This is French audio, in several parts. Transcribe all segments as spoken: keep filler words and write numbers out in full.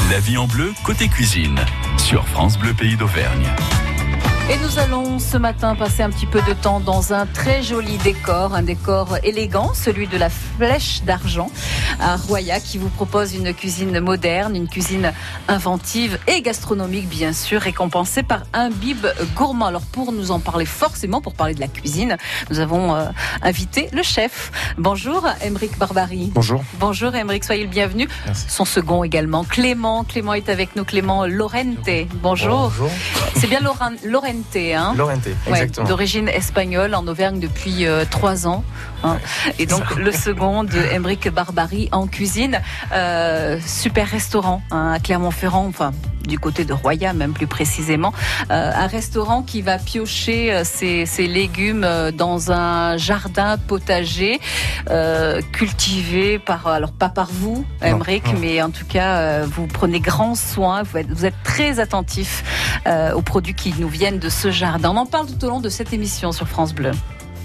La vie en bleu, côté cuisine, sur France Bleu Pays d'Auvergne. Et nous allons ce matin passer un petit peu de temps dans un très joli décor, un décor élégant, celui de la Flèche d'Argent à Roya, qui vous propose une cuisine moderne, une cuisine inventive et gastronomique bien sûr, récompensée par un bib gourmand. Alors pour nous en parler forcément, pour parler de la cuisine, nous avons euh, invité le chef. Bonjour Aymeric Barbary. Bonjour. Bonjour Aymeric, soyez le bienvenu. Merci. Son second également, Clément. Clément est avec nous, Clément Lorente. Bonjour. Bonjour. C'est bien Lorente. Hein Lorente, exactement. Ouais, d'origine espagnole, en Auvergne depuis euh, trois ans. Hein. Ouais, et donc, ça. Le second de Aymeric Barbary en cuisine. Euh, super restaurant hein, à Clermont-Ferrand, enfin, du côté de Roya, même plus précisément. Euh, un restaurant qui va piocher euh, ses, ses légumes euh, dans un jardin potager euh, cultivé par, alors pas par vous, Aymeric, non, non. mais en tout cas, euh, vous prenez grand soin, vous êtes, vous êtes très attentif euh, aux produits qui nous viennent de ce jardin. On en parle tout au long de cette émission sur France Bleu.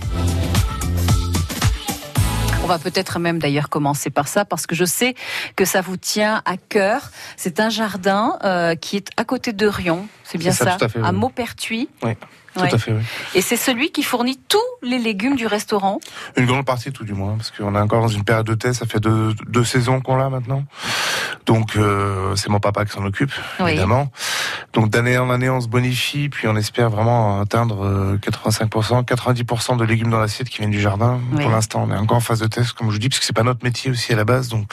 On va peut-être même d'ailleurs commencer par ça, parce que je sais que ça vous tient à cœur. C'est un jardin euh, qui est à côté de Rion, c'est bien c'est ça, ça à, fait, à oui. Maupertuis. Oui. Tout ouais. à fait, oui. Et c'est celui qui fournit tous les légumes du restaurant ? Une grande partie, tout du moins, parce qu'on est encore dans une période de test. Ça fait deux, deux saisons qu'on l'a maintenant. Donc, euh, c'est mon papa qui s'en occupe, oui. évidemment. Donc, d'année en année, on se bonifie, puis on espère vraiment atteindre quatre-vingt-cinq pour cent, quatre-vingt-dix pour cent de légumes dans l'assiette qui viennent du jardin. Oui. Pour l'instant, on est encore en phase de test, comme je vous dis, parce que c'est pas notre métier aussi à la base, donc...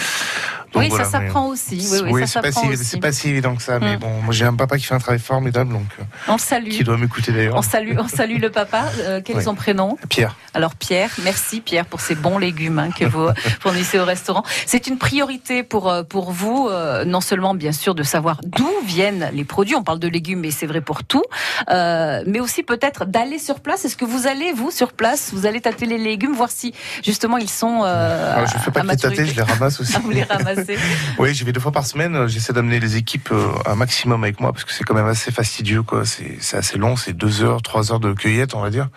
Donc oui, voilà, ça s'apprend aussi. Oui, oui, oui ça c'est, pas si, aussi. c'est pas si évident que ça. Mais hum. bon, moi j'ai un papa qui fait un travail formidable, donc on le salue. Qui doit m'écouter d'ailleurs. On salue, on salue le papa. Euh, quel est oui. son prénom ? Pierre. Alors Pierre, merci Pierre pour ces bons légumes hein, que vous fournissez au restaurant. C'est une priorité pour pour vous, euh, non seulement bien sûr de savoir d'où viennent les produits. On parle de légumes, mais c'est vrai pour tout. Euh, mais aussi peut-être d'aller sur place. Est-ce que vous allez vous sur place ? Vous allez tâter les légumes, voir si justement ils sont. Euh, Alors, je ne fais pas que les tâter, je les ramasse aussi. Ah, vous les ramassez. Oui. J'y vais deux fois par semaine. J'essaie d'amener les équipes un maximum avec moi parce que c'est quand même assez fastidieux, quoi. C'est, c'est assez long. C'est deux heures, trois heures de cueillette, on va dire.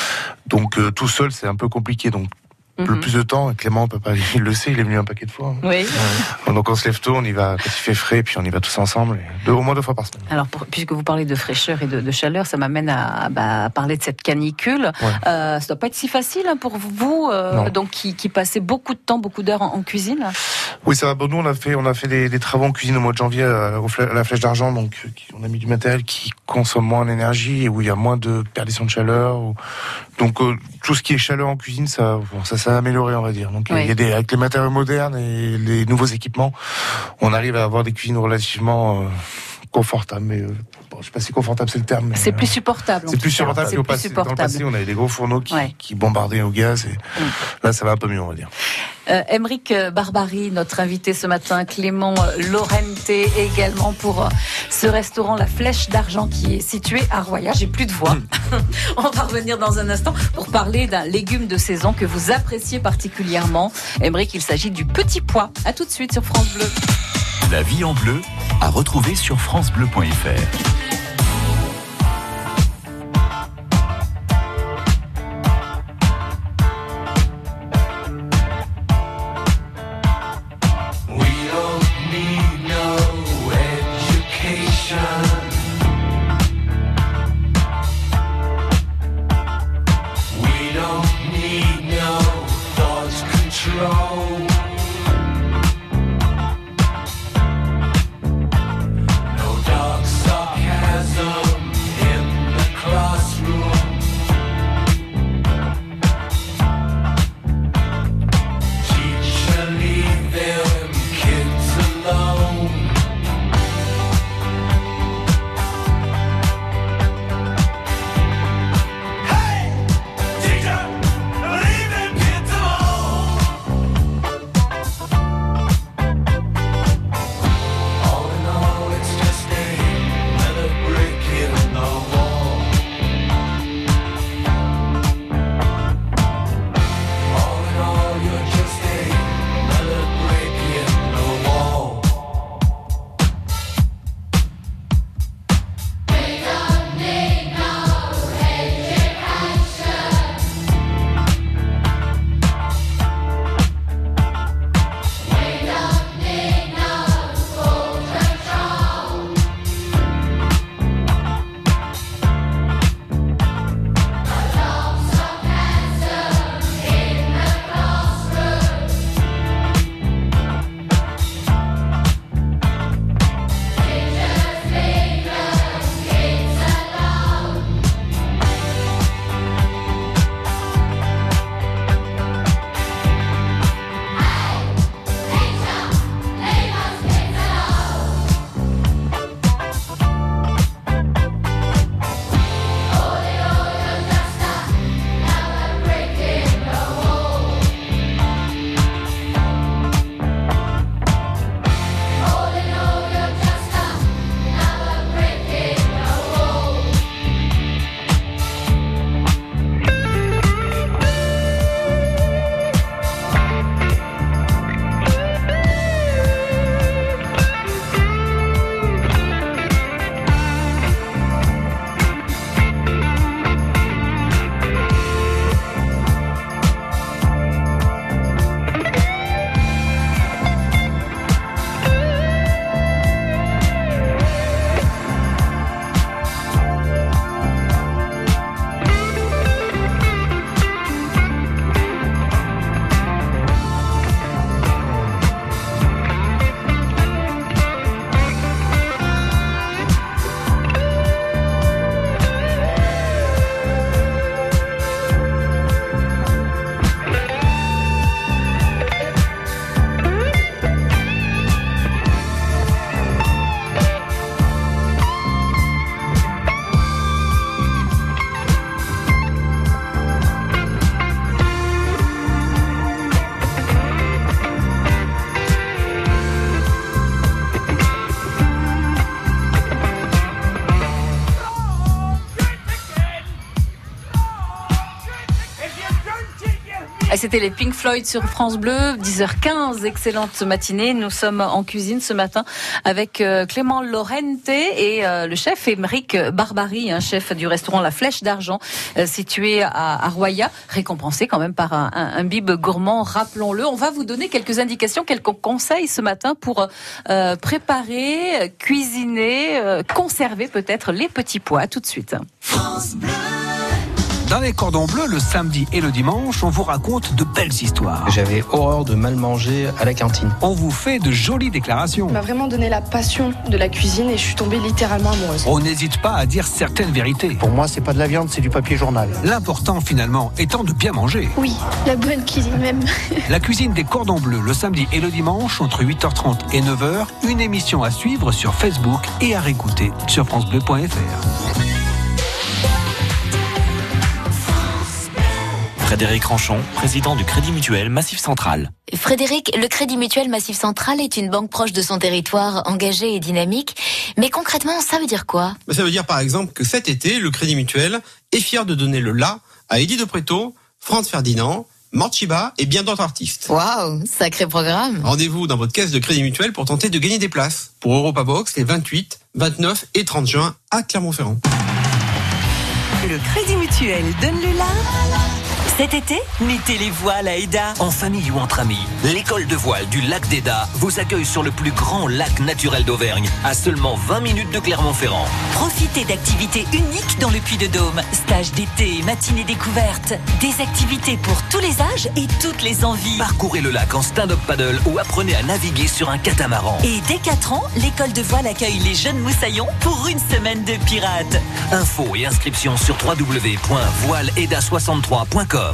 Donc, euh, tout seul, c'est un peu compliqué. Donc, mm-hmm. le plus de temps, Clément, papa, il le sait, il est venu un paquet de fois. Hein. Oui. Ouais. Donc, on se lève tôt, on y va quand il fait frais, puis on y va tous ensemble. Deux, au moins deux fois par semaine. Alors, pour, puisque vous parlez de fraîcheur et de, de chaleur, ça m'amène à, bah, à parler de cette canicule. Ouais. Euh, ça doit pas être si facile hein, pour vous, euh, donc qui, qui passez beaucoup de temps, beaucoup d'heures en, en cuisine. Là. Oui, ça va. Bon, nous, on a fait, on a fait des, des travaux en cuisine au mois de janvier à, à la Flèche d'Argent, donc on a mis du matériel qui consomme moins d'énergie et où il y a moins de perdition de chaleur. Ou... Donc, euh, tout ce qui est chaleur en cuisine, ça, bon, ça, ça a amélioré, on va dire. Donc, oui. il y a des, avec les matériaux modernes et les nouveaux équipements, on arrive à avoir des cuisines relativement euh, confortables. Mais, euh, bon, je sais pas si confortable c'est le terme. Mais, c'est euh, plus supportable. C'est plus supportable qu'au passé. Dans le passé, on avait des gros fourneaux qui, ouais. qui bombardaient au gaz. Et mm. Là, ça va un peu mieux, on va dire. Euh, Aymeric Barbary, notre invité ce matin, Clément Lorente également pour ce restaurant La Flèche d'Argent qui est situé à Roya. J'ai plus de voix. On va revenir dans un instant pour parler d'un légume de saison que vous appréciez particulièrement. Aymeric, il s'agit du petit pois. À tout de suite sur France Bleu. La vie en bleu à retrouver sur francebleu point f r. No dark sarcasm. c'était les Pink Floyd sur France Bleu, dix heures quinze, excellente matinée. Nous sommes en cuisine ce matin avec euh, Clément Lorente et euh, le chef Émeric Barbary, un chef du restaurant La Flèche d'Argent, euh, situé à, à Roya, récompensé quand même par un, un, un bib gourmand, rappelons-le. On va vous donner quelques indications, quelques conseils ce matin pour euh, préparer, cuisiner, euh, conserver peut-être les petits pois. Tout de suite. France Bleu. Dans les cordons bleus, le samedi et le dimanche, on vous raconte de belles histoires. J'avais horreur de mal manger à la cantine. On vous fait de jolies déclarations. On m'a vraiment donné la passion de la cuisine et je suis tombée littéralement amoureuse. On n'hésite pas à dire certaines vérités. Pour moi, c'est pas de la viande, c'est du papier journal. L'important finalement étant de bien manger. Oui, la bonne cuisine même. La cuisine des cordons bleus, le samedi et le dimanche, entre huit heures trente et neuf heures, une émission à suivre sur Facebook et à réécouter sur francebleu point f r. Frédéric Ranchon, président du Crédit Mutuel Massif Central. Frédéric, le Crédit Mutuel Massif Central est une banque proche de son territoire, engagée et dynamique. Mais concrètement, ça veut dire quoi ? Ça veut dire par exemple que cet été, le Crédit Mutuel est fier de donner le la à Eddie de Pretto, Franz Ferdinand, Morchiba et bien d'autres artistes. Waouh, sacré programme. Rendez-vous dans votre caisse de Crédit Mutuel pour tenter de gagner des places pour Europa Box les vingt-huit, vingt-neuf et trente juin à Clermont-Ferrand. Le Crédit Mutuel donne le la. Cet été, mettez les voiles à Eda. En famille ou entre amis, l'école de voile du lac d'Eda vous accueille sur le plus grand lac naturel d'Auvergne, à seulement vingt minutes de Clermont-Ferrand. Profitez d'activités uniques dans le Puy-de-Dôme. Stages d'été, matinées découvertes. Des activités pour tous les âges et toutes les envies. Parcourez le lac en stand-up paddle ou apprenez à naviguer sur un catamaran. Et dès quatre ans, l'école de voile accueille les jeunes moussaillons pour une semaine de pirates. Infos et inscriptions sur w w w point voile eda soixante-trois point com.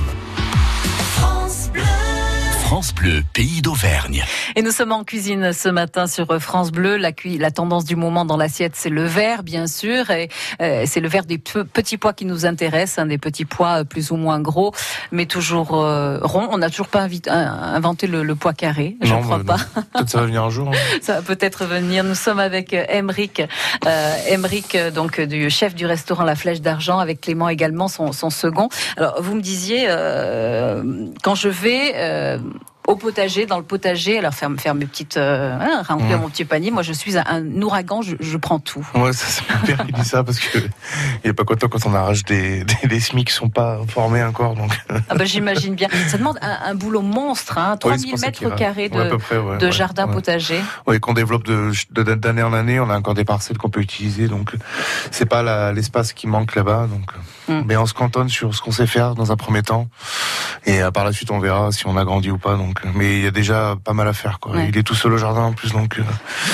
France Bleu. France Bleu, pays d'Auvergne. Et nous sommes en cuisine ce matin sur France Bleu. La, cu- la tendance du moment dans l'assiette, c'est le vert, bien sûr. Et euh, c'est le vert des pe- petits pois qui nous intéresse, hein, des petits pois plus ou moins gros, mais toujours euh, ronds. On n'a toujours pas invi- inventé le, le pois carré, je ne crois bah, pas. Peut-être ça va venir un jour. Hein. Ça va peut-être venir. Nous sommes avec Émeric, euh, Émeric, donc du chef du restaurant La Flèche d'Argent, avec Clément également, son, son second. Alors, vous me disiez, euh, quand je vais euh, au potager, dans le potager, alors faire, faire mes petites, euh, hein, remplir mmh. mon petit panier. Moi, je suis un, un ouragan, je, je prends tout. Ouais, ça, c'est mon père qui dit ça parce que il est pas content quand on arrache des, des, des semis qui sont pas formés encore. Donc. Ah bah, j'imagine bien. Ça demande un, un boulot monstre, hein, trois mille oui, mètres carrés de, ouais, près, ouais, de ouais, jardin ouais. potager. Oui, qu'on développe de, de, d'année en année. On a encore des parcelles qu'on peut utiliser, donc c'est pas la, l'espace qui manque là-bas. Donc, mmh. mais on se cantonne sur ce qu'on sait faire dans un premier temps, et euh, par la suite on verra si on a grandi ou pas. Donc, mais il y a déjà pas mal à faire, quoi. Ouais. Il est tout seul au jardin en plus, donc euh,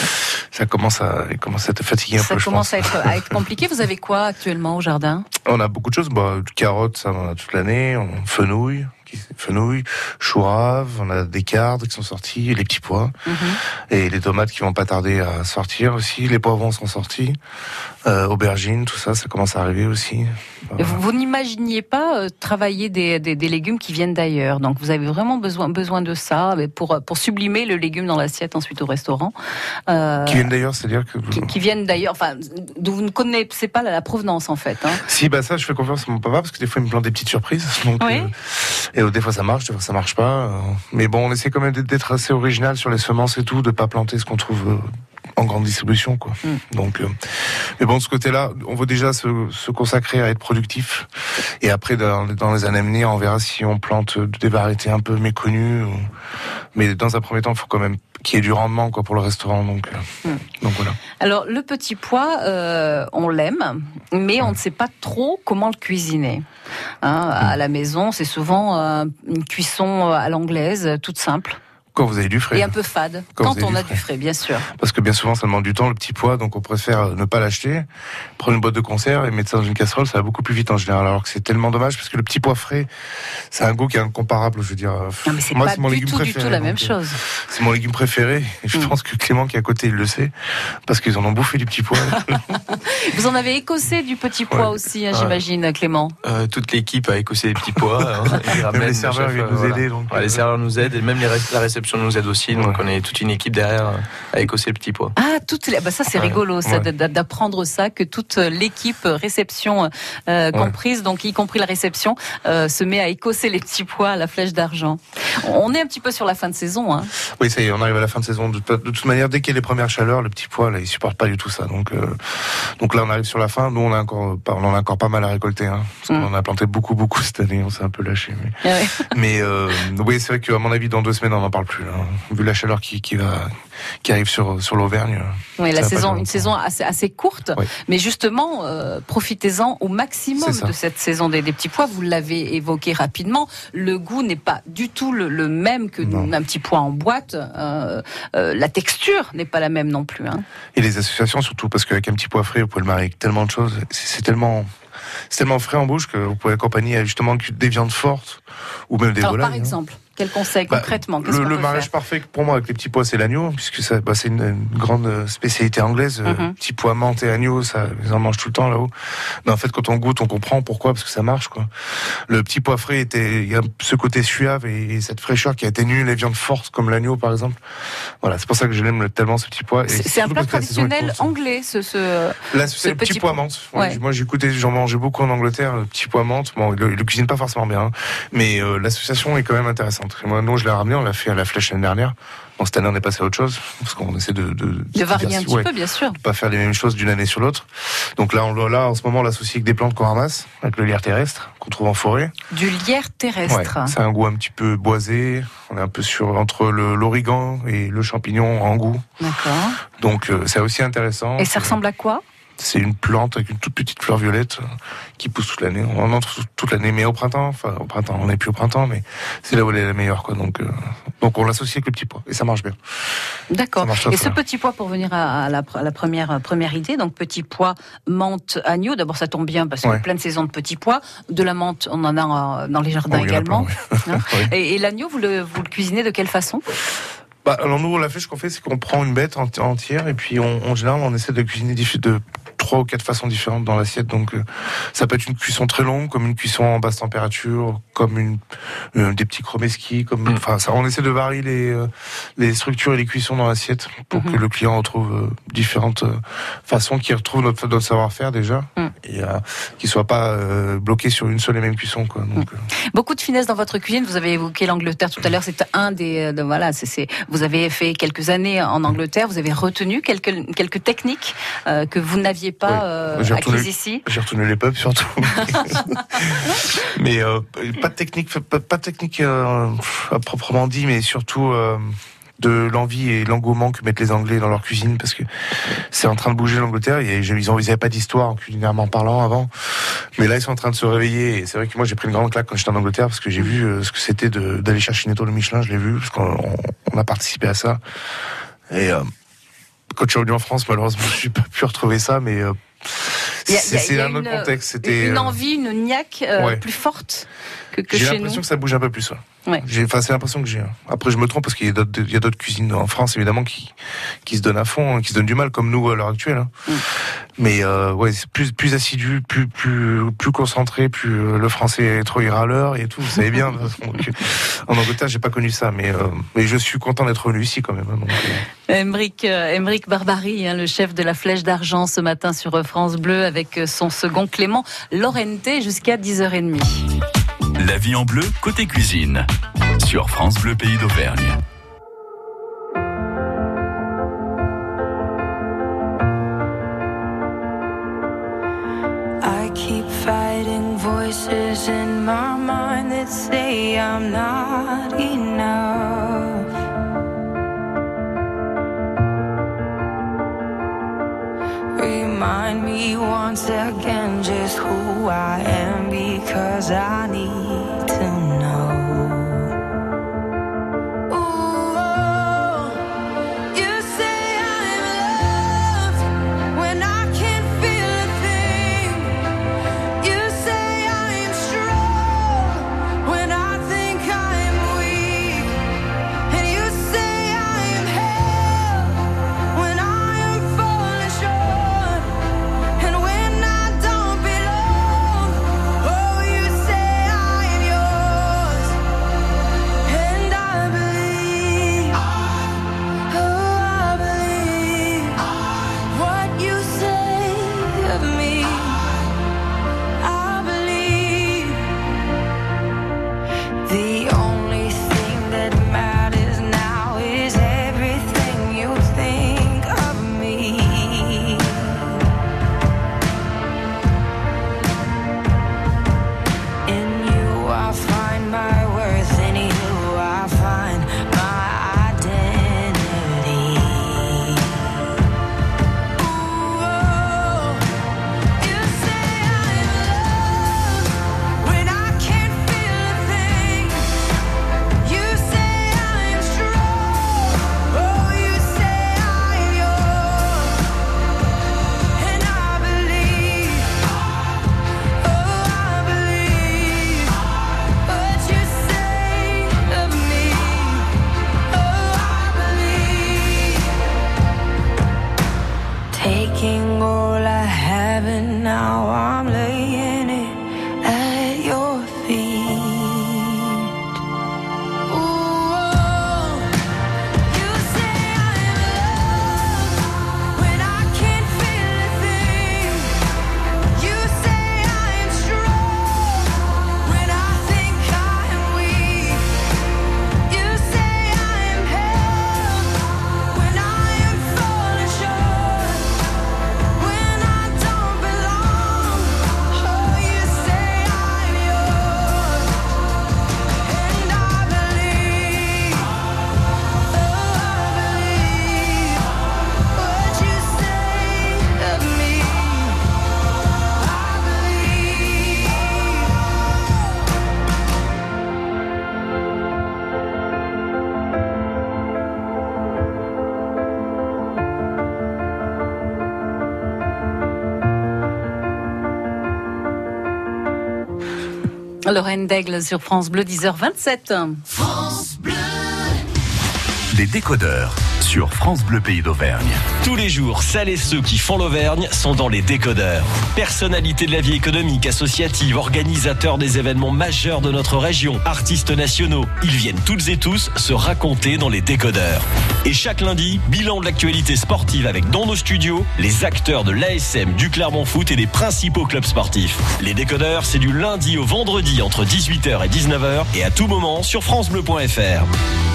ça commence à, il commence à être fatigué un ça peu. Ça commence je pense. à être, à être compliqué. Vous avez quoi actuellement au jardin ? On a beaucoup de choses. Bah, carottes, ça on a toute l'année. On fenouil, fenouil, chou rave, on a des cardes qui sont sortis, les petits pois, mm-hmm. et les tomates qui vont pas tarder à sortir aussi. Les poivrons sont sortis, euh, aubergines, tout ça, ça commence à arriver aussi. Voilà. Vous, vous n'imaginiez pas euh, travailler des, des, des légumes qui viennent d'ailleurs, donc vous avez vraiment besoin, besoin de ça pour, pour sublimer le légume dans l'assiette ensuite au restaurant. Euh, qui viennent d'ailleurs, c'est-à-dire que vous... qui, qui viennent d'ailleurs, enfin, d'où vous ne connaissez pas la, la provenance en fait. Hein. Si, bah ça, je fais confiance à mon papa parce que des fois il me plante des petites surprises. Donc, oui. euh, et euh, des fois ça marche, des fois ça marche pas. Euh, mais bon, on essaie quand même d'être assez original sur les semences et tout, de pas planter ce qu'on trouve. Euh, en grande distribution, quoi. Mm. Donc, euh, mais bon, de ce côté-là, on veut déjà se, se consacrer à être productif. Et après, dans, dans les années à venir, on verra si on plante des variétés un peu méconnues. Ou... Mais dans un premier temps, il faut quand même qu'il y ait du rendement, quoi, pour le restaurant. Donc, euh, mm. donc voilà. Alors, le petit pois, euh, on l'aime, mais on mm. ne sait pas trop comment le cuisiner. Hein, à mm. la maison, c'est souvent euh, une cuisson à l'anglaise, toute simple. Quand vous avez du frais. Et un peu fade. Quand, quand on du a frais. du frais, bien sûr. Parce que bien souvent, ça demande du temps, le petit pois, donc on préfère ne pas l'acheter, prendre une boîte de conserve et mettre ça dans une casserole, ça va beaucoup plus vite en général. Alors que c'est tellement dommage, parce que le petit pois frais, c'est un goût qui est incomparable, je veux dire. Non, mais c'est Moi, pas c'est mon du légume tout, préféré, du tout la donc, même chose. C'est mon légume préféré. Et je mm. pense que Clément, qui est à côté, il le sait, parce qu'ils en ont bouffé du petit pois. Vous en avez écossé du petit pois ouais. aussi, hein, ouais. j'imagine, Clément. Euh, toute l'équipe a écossé les petits pois. Hein, même les serveurs viennent nous aider. Donc, ouais, les serveurs nous aident, et même les, la réception réception nous aide aussi, donc ouais. on est toute une équipe derrière à écosser le petit pois. Ah, toute bah ça c'est ouais. rigolo ça, ouais. d'apprendre ça, que toute l'équipe réception euh, comprise, ouais. donc y compris la réception, euh, se met à écosser les petits pois à la Flèche d'Argent. On est un petit peu sur la fin de saison. Hein. Oui, ça y est, on arrive à la fin de saison. De, de toute manière, dès qu'il y a les premières chaleurs, le petit pois, là, il supporte pas du tout ça. Donc, euh, donc là, on arrive sur la fin. Nous, on a encore, on en a encore pas mal à récolter, hein, parce mm. qu'on en a planté beaucoup, beaucoup cette année. On s'est un peu lâché. Mais, ah ouais. mais euh, oui, c'est vrai qu'à mon avis, dans deux semaines, on n'en parle plus. Là. Vu la chaleur qui, qui va, qui arrive sur sur l'Auvergne. Oui, la saison, une saison assez assez courte, oui. mais justement, euh, profitez-en au maximum de cette saison des, des petits pois. Vous l'avez évoqué rapidement. Le goût n'est pas du tout le, le même que non. un petit pois en boîte. Euh, euh, la texture n'est pas la même non plus. Hein. Et les associations surtout, parce qu'avec un petit pois frais, vous pouvez le marier avec tellement de choses. C'est, c'est tellement, c'est tellement frais en bouche que vous pouvez accompagner justement des viandes fortes ou même des Alors, volailles. Par exemple. Hein. Quel conseil bah, concrètement Le, le mariage faire parfait pour moi avec les petits pois, c'est l'agneau, puisque ça, bah, c'est une, une grande spécialité anglaise. Mm-hmm. Petits pois, menthe et agneau, ça, ils en mangent tout le temps là-haut. Mais en fait, quand on goûte, on comprend pourquoi, parce que ça marche, quoi. Le petit pois frais était, il y a ce côté suave et, et cette fraîcheur qui atténue les viandes fortes comme l'agneau, par exemple. Voilà, c'est pour ça que je l'aime tellement, ce petit pois. Et c'est, c'est un plat traditionnel anglais, ce, ce, Là, c'est ce le petit pois menthe. Ouais. Ouais. Moi, j'ai écouté, j'en mangeais beaucoup en Angleterre, le petit pois menthe. Bon, il le, le cuisine pas forcément bien, hein, mais euh, l'association est quand même intéressante. Et moi, non, je l'ai ramené, on l'a fait à la Flèche l'année dernière. Bon, cette année, on est passé à autre chose, parce qu'on essaie de... De, de varier un petit ouais, peu, bien sûr. De pas faire les mêmes choses d'une année sur l'autre. Donc là, on, là en ce moment, on l'associe avec des plantes qu'on ramasse, avec le lierre terrestre, qu'on trouve en forêt. Du lierre terrestre. Ouais, c'est un goût un petit peu boisé. On est un peu sur entre le, l'origan et le champignon en goût. D'accord. Donc, euh, c'est aussi intéressant. Et ça ressemble à quoi ? C'est une plante avec une toute petite fleur violette qui pousse toute l'année. On en trouve toute l'année, mais au printemps, enfin au printemps, on n'est plus au printemps, mais c'est là où elle est la meilleure, quoi. Donc, euh, donc on l'associe avec le petit pois et ça marche bien. D'accord. Et ce petit pois, pour venir à la, à la première première idée, donc petit pois, menthe, agneau. D'abord, ça tombe bien parce qu'il ouais. y a plein de saisons de petits pois. De la menthe, on en a dans les jardins oh, également. Plein, oui. hein oui. et, et l'agneau, vous le vous le cuisinez de quelle façon ? Bah, alors nous, la flèche qu'on fait, c'est qu'on prend une bête entière et puis on, en général, on essaie de cuisiner de trois ou quatre façons différentes dans l'assiette. Donc, euh, ça peut être une cuisson très longue, comme une cuisson en basse température, comme une euh, des petits chromeski, comme enfin, mmh. ça, on essaie de varier les euh, les structures et les cuissons dans l'assiette pour mmh. que le client retrouve euh, différentes euh, façons, qu'il retrouve notre notre savoir-faire déjà mmh. et euh, qu'il soit pas euh, bloqué sur une seule et même cuisson, quoi. Donc, mmh. euh... beaucoup de finesse dans votre cuisine. Vous avez évoqué l'Angleterre tout à l'heure. C'est un des de, voilà, c'est, c'est vous avez fait quelques années en Angleterre. Vous avez retenu quelques quelques techniques euh, que vous n'aviez pas oui. euh, j'ai retenu, acquises ici. J'ai retenu les pubs surtout. mais euh, pas de technique, pas, pas de technique euh, à proprement dit, mais surtout euh, de l'envie et l'engouement que mettent les Anglais dans leur cuisine, parce que c'est en train de bouger l'Angleterre. Et ils n'avaient pas d'histoire culinairement parlant avant, mais là ils sont en train de se réveiller. Et c'est vrai que moi j'ai pris une grande claque quand j'étais en Angleterre, parce que j'ai vu euh, ce que c'était de, d'aller chercher une étoile de Michelin. Je l'ai vu parce qu'on on a participé à ça. Et euh, quand je suis revenu en France, malheureusement, je n'ai pas pu retrouver ça, mais euh, il y a, c'est, il y a un autre une, contexte. C'était une envie, une niaque euh, ouais. plus forte que, que J'ai chez nous. J'ai l'impression que ça bouge un peu plus. Ouais. Ouais. J'ai, enfin, c'est l'impression que j'ai. Après, je me trompe parce qu'il y a d'autres, il y a d'autres cuisines en France, évidemment, qui, qui se donnent à fond, qui se donnent du mal, comme nous à l'heure actuelle. Hein. Mm. Mais euh, ouais, c'est plus, plus assidu, plus, plus, plus concentré, plus euh, le français est trop irraleur et tout. Vous savez bien. Donc, en Angleterre, j'ai pas connu ça, mais euh, mais je suis content d'être revenu ici quand même. Hein, donc, euh... Aymeric, euh, Aymeric Barbary, hein, le chef de la Flèche d'Argent ce matin sur France Bleu, avec son second Clément Lorente jusqu'à dix heures trente. La vie en bleu, côté cuisine, sur France Bleu Pays d'Auvergne. I keep fighting voices in my mind that say I'm not enough. Remind me once again just who I am, because I need to know. I taking all I have and now I'm laying it at your feet. Lorraine Daigle sur France Bleu, dix heures vingt-sept. France Bleu. Les décodeurs sur France Bleu Pays d'Auvergne. Tous les jours, celles et ceux qui font l'Auvergne sont dans les décodeurs. Personnalités de la vie économique, associative, organisateurs des événements majeurs de notre région, artistes nationaux. Ils viennent toutes et tous se raconter dans les décodeurs. Et chaque lundi, bilan de l'actualité sportive avec dans nos studios les acteurs de l'A S M, du Clermont Foot et des principaux clubs sportifs. Les décodeurs, c'est du lundi au vendredi entre dix-huit heures et dix-neuf heures et à tout moment sur francebleu point f r.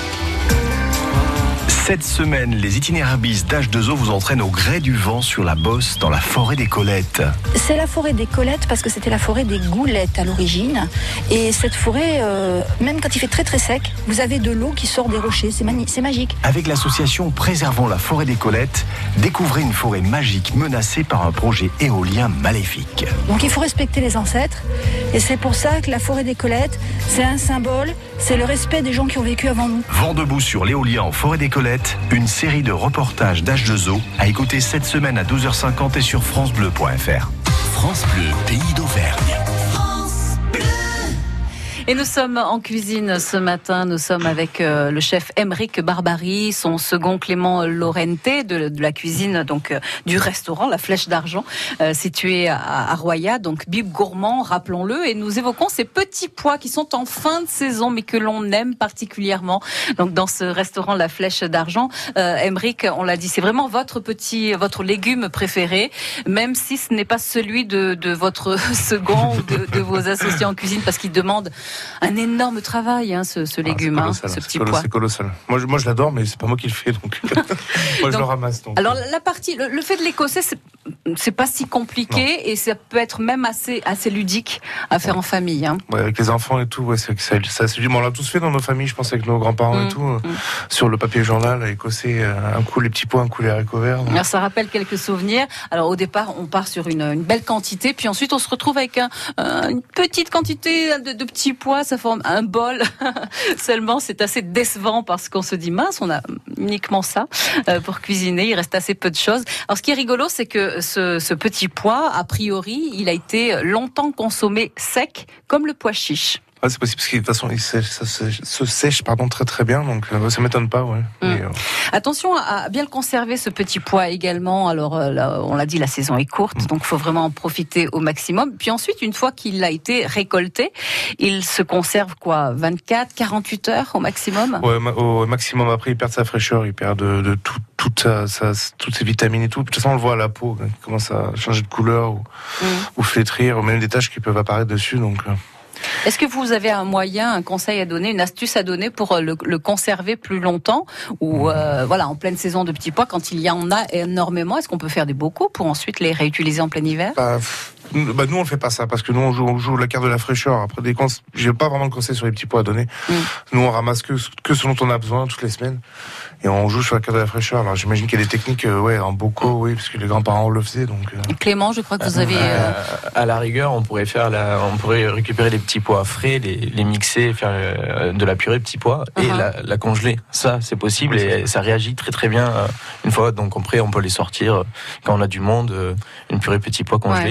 Cette semaine, les itinéraires-bis d'H deux O vous entraînent au gré du vent sur la Bosse, dans la forêt des Colettes. C'est la forêt des Colettes parce que c'était la forêt des Goulettes à l'origine. Et cette forêt, euh, même quand il fait très très sec, vous avez de l'eau qui sort des rochers. C'est, mani- c'est magique. Avec l'association Préservons la forêt des Colettes, découvrez une forêt magique menacée par un projet éolien maléfique. Donc il faut respecter les ancêtres. Et c'est pour ça que la forêt des Colettes, c'est un symbole, c'est le respect des gens qui ont vécu avant nous. Vent debout sur l'éolien en forêt des Colettes, une série de reportages d'H deux O à écouter cette semaine à douze heures cinquante et sur francebleu point f r. France Bleu, Pays d'Auvergne. Et nous sommes en cuisine ce matin, nous sommes avec euh, le chef Émeric Barbary, son second Clément Laurenté de, de la cuisine donc euh, du restaurant La Flèche d'Argent, euh, situé à, à Roya, donc bib gourmand, rappelons-le, et nous évoquons ces petits pois qui sont en fin de saison mais que l'on aime particulièrement. Donc dans ce restaurant La Flèche d'Argent, euh, Émeric, on l'a dit, c'est vraiment votre petit, votre légume préféré, même si ce n'est pas celui de, de votre second ou de, de vos associés en cuisine, parce qu'il demande un énorme travail, hein, ce, ce légume, ah, hein, ce petit colo- pois. C'est colossal. Moi, je, moi, je l'adore, mais c'est pas moi qui le fais, donc moi, je donc, le ramasse. Donc. Alors, la partie, le, le fait de l'écossais, c'est, c'est pas si compliqué non. Et ça peut être même assez, assez ludique à faire ouais. en famille. Hein. Ouais, avec les enfants et tout, ouais, c'est, c'est, c'est assez ludique. On l'a tous fait dans nos familles, je pense, avec nos grands-parents mmh, et tout, mmh. sur le papier journal, écossais, un coup les petits pois, un coup les haricots verts. Alors, ça rappelle quelques souvenirs. Alors, au départ, on part sur une, une belle quantité, puis ensuite, on se retrouve avec un, un, une petite quantité de, de petits pois, ça forme un bol. Seulement, c'est assez décevant parce qu'on se dit, mince, on a uniquement ça euh, pour cuisiner, il reste assez peu de choses. Alors, ce qui est rigolo, c'est que ce, ce petit pois, a priori, il a été longtemps consommé sec, comme le pois chiche. Ah, c'est possible parce que de toute façon, il sèche, ça se sèche pardon, très très bien, donc euh, ça m'étonne pas. Ouais. Mmh. Et, euh... Attention à bien le conserver, ce petit pois également. Alors, euh, là, on l'a dit, la saison est courte, mmh. donc il faut vraiment en profiter au maximum. Puis ensuite, une fois qu'il a été récolté, il se conserve quoi, vingt-quatre, quarante-huit heures au maximum? Ouais, au maximum. Après, il perd sa fraîcheur, il perd de, de tout, toute sa, sa, toutes ses vitamines et tout. De toute façon, on le voit à la peau, il commence à changer de couleur ou, mmh. ou flétrir, ou même des taches qui peuvent apparaître dessus. Donc... Euh... Est-ce que vous avez un moyen, un conseil à donner, une astuce à donner pour le, le conserver plus longtemps ou euh, voilà, en pleine saison de petits pois, quand il y en a énormément, est-ce qu'on peut faire des bocaux pour ensuite les réutiliser en plein hiver? bah, bah, nous on ne fait pas ça parce que nous on joue, on joue la carte de la fraîcheur. Après des cons- j'ai pas vraiment de conseil sur les petits pois à donner. Mm. Nous on ramasse que, que ce dont on a besoin toutes les semaines et on joue sur la carte de la fraîcheur. Alors j'imagine qu'il y a des techniques euh, ouais, en bocaux, oui, parce que les grands-parents le faisaient. Donc, euh... Clément, je crois que vous avez... Euh... À la rigueur, on pourrait, faire la, on pourrait récupérer les petits pois frais, les, les mixer, faire euh, de la purée de petits pois et uh-huh. la, la congeler. Ça, c'est possible oui, et c'est ça réagit très très bien euh, une fois. Donc après, on peut les sortir euh, quand on a du monde. Euh, une purée de petits pois congelés. Ouais, euh, ça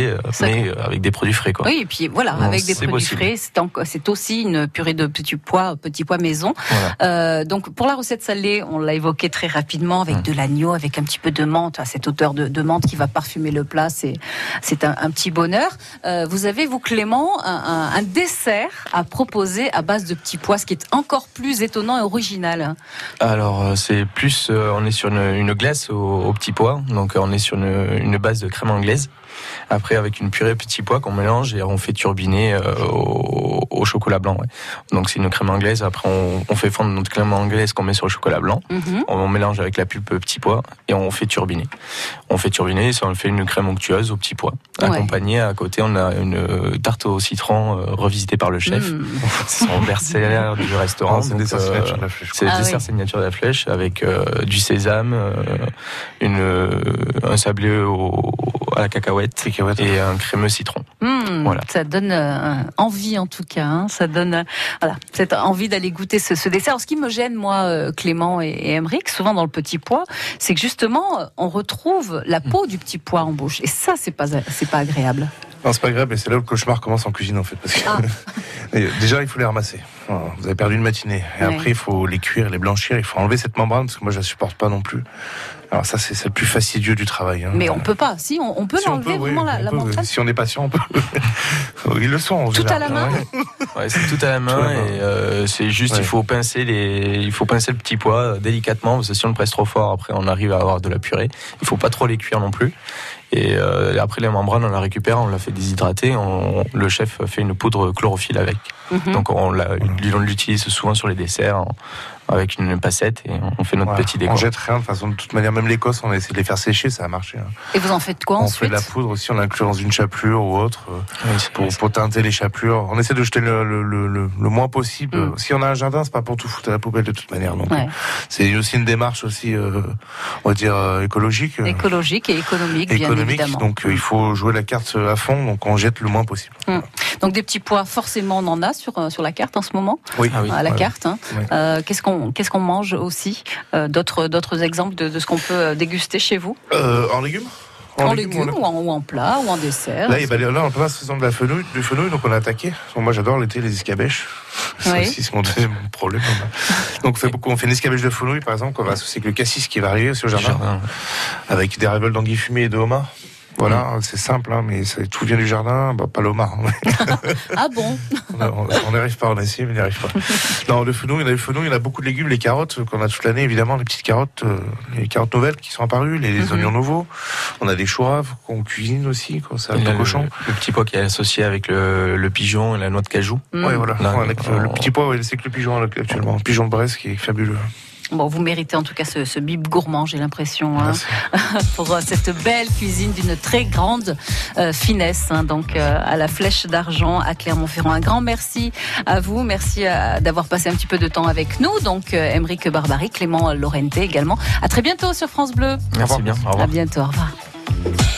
mais avec des produits frais, quoi. Oui, et puis voilà, Donc, avec des c'est produits possible. frais, c'est, encore, c'est aussi une purée de petits pois, petits pois maison. Voilà. Euh, donc pour la recette salée, on l'a évoqué très rapidement avec mmh. de l'agneau, avec un petit peu de menthe, enfin, cette odeur de, de menthe qui va parfumer le plat, c'est, c'est un, un petit bonheur. Euh, vous avez, vous Clément, un, un, un dessert à proposer à base de petits pois, ce qui est encore plus étonnant et original. Alors c'est plus, euh, on est sur une, une glace aux, aux petits pois, donc on est sur une, une base de crème anglaise. Après, avec une purée petits pois qu'on mélange et on fait turbiner euh, au, au chocolat blanc. Ouais. Donc c'est une crème anglaise. Après, on, on fait fondre notre crème anglaise qu'on met sur le chocolat blanc. Mm-hmm. On, on mélange avec la pulpe petits pois et on fait turbiner. On fait turbiner et ça on fait une crème onctueuse aux petits pois. Ouais. Accompagnée à côté, on a une tarte au citron euh, revisitée par le chef. Mm. C'est son best-seller du restaurant. Oh, c'est le dessert euh, signature de la flèche. C'est le ah, dessert oui. signature de la flèche avec euh, du sésame, euh, une, euh, un sablé au, à la cacahuète. Et un crémeux citron. Mmh, voilà. Ça donne euh, envie en tout cas. Hein. Ça donne euh, voilà, cette envie d'aller goûter ce, ce dessert. Alors, ce qui me gêne, moi, euh, Clément et, et Aymeric, souvent dans le petit pois, c'est que justement, on retrouve la peau mmh. du petit pois en bouche. Et ça, c'est pas, c'est pas agréable. Non, c'est pas agréable, et c'est là où le cauchemar commence en cuisine en fait. Parce que ah. déjà, il faut les ramasser. Vous avez perdu une matinée. Et ouais. après, il faut les cuire, les blanchir. Il faut enlever cette membrane parce que moi, je la supporte pas non plus. Alors ça, c'est, c'est le plus fastidieux du travail. Hein. Mais on peut pas. Si, on, on peut si l'enlever on peut, vraiment oui, la, la membrane. Si on est patient, on peut. Ils le sont. En tout général. à la main. Ouais, c'est tout à la main, tout à la main. Et euh, c'est juste, ouais. il faut pincer les, il faut pincer le petit pois délicatement parce que si on le presse trop fort, après, on arrive à avoir de la purée. Il faut pas trop les cuire non plus. Et euh, après les membranes, on la récupère, on la fait déshydrater. On, le chef fait une poudre chlorophylle avec. Mm-hmm. Donc on, la, on l'utilise souvent sur les desserts en, avec une passette et on fait notre voilà. petit décor. On jette rien de toute façon. De toute manière, même l'Écosse, on a essayé de les faire sécher, ça a marché. Hein. Et vous en faites quoi on ensuite ? On fait de la poudre aussi, on l'inclut dans une chapelure ou autre euh, oui, pour, pour teinter les chapelures. On essaie de jeter le, le, le, le, le moins possible. Mm. Si on a un jardin, c'est pas pour tout foutre à la poubelle de toute manière. Donc ouais. c'est aussi une démarche aussi, euh, on va dire euh, écologique. Écologique et économique, bien économique, évidemment. Donc euh, il faut jouer la carte à fond, donc on jette le moins possible. Mm. Donc des petits pois, forcément, on en a sur sur la carte en ce moment. Oui, ah oui. à la ouais. carte. Hein. Oui. Euh, qu'est-ce qu'on qu'est-ce qu'on mange aussi euh, d'autres d'autres exemples de, de ce qu'on peut déguster chez vous euh, En légumes. En, en légumes, légumes ou, en, ou en plat ou en dessert. Là, bah, là on est en faisant de la fenouil, du fenouil, donc on a attaqué. Bon, moi, j'adore l'été les escabèches. Ça oui. aussi, c'est mon deuxième problème. Donc on fait beaucoup. On fait une escabèche de fenouil, par exemple, qu'on va associer avec le cassis qui va arriver sur le jardin, jardin. avec des ravioles d'anguilles fumées et de homard. Voilà, mmh. c'est simple, hein, mais ça, tout vient du jardin, bah, pas l'homard. Ah bon? On n'y arrive pas, on a essayé, mais on n'y arrive pas. Non, le fenouil, il y a le fenouil, il y a beaucoup de légumes, les carottes qu'on a toute l'année, évidemment, les petites carottes, euh, les carottes nouvelles qui sont apparues, les, les mmh. oignons nouveaux. On a des choux raves qu'on cuisine aussi, quoi, ça, le cochon. Le petit pois qui est associé avec le, le pigeon et la noix de cajou. Mmh. Oui, voilà. Là, avec on... le petit pois, ouais, c'est que le pigeon actuellement, le pigeon de Brest qui est fabuleux. Bon, vous méritez en tout cas ce, ce bib gourmand, j'ai l'impression, hein, pour cette belle cuisine d'une très grande euh, finesse. Hein, donc, euh, à la Flèche d'Argent, à Clermont-Ferrand. Un grand merci à vous. Merci à, d'avoir passé un petit peu de temps avec nous. Donc, euh, Aymeric Barbary, Clément Lorente également. À très bientôt sur France Bleu. Merci bien. Au revoir. À bientôt. Au revoir.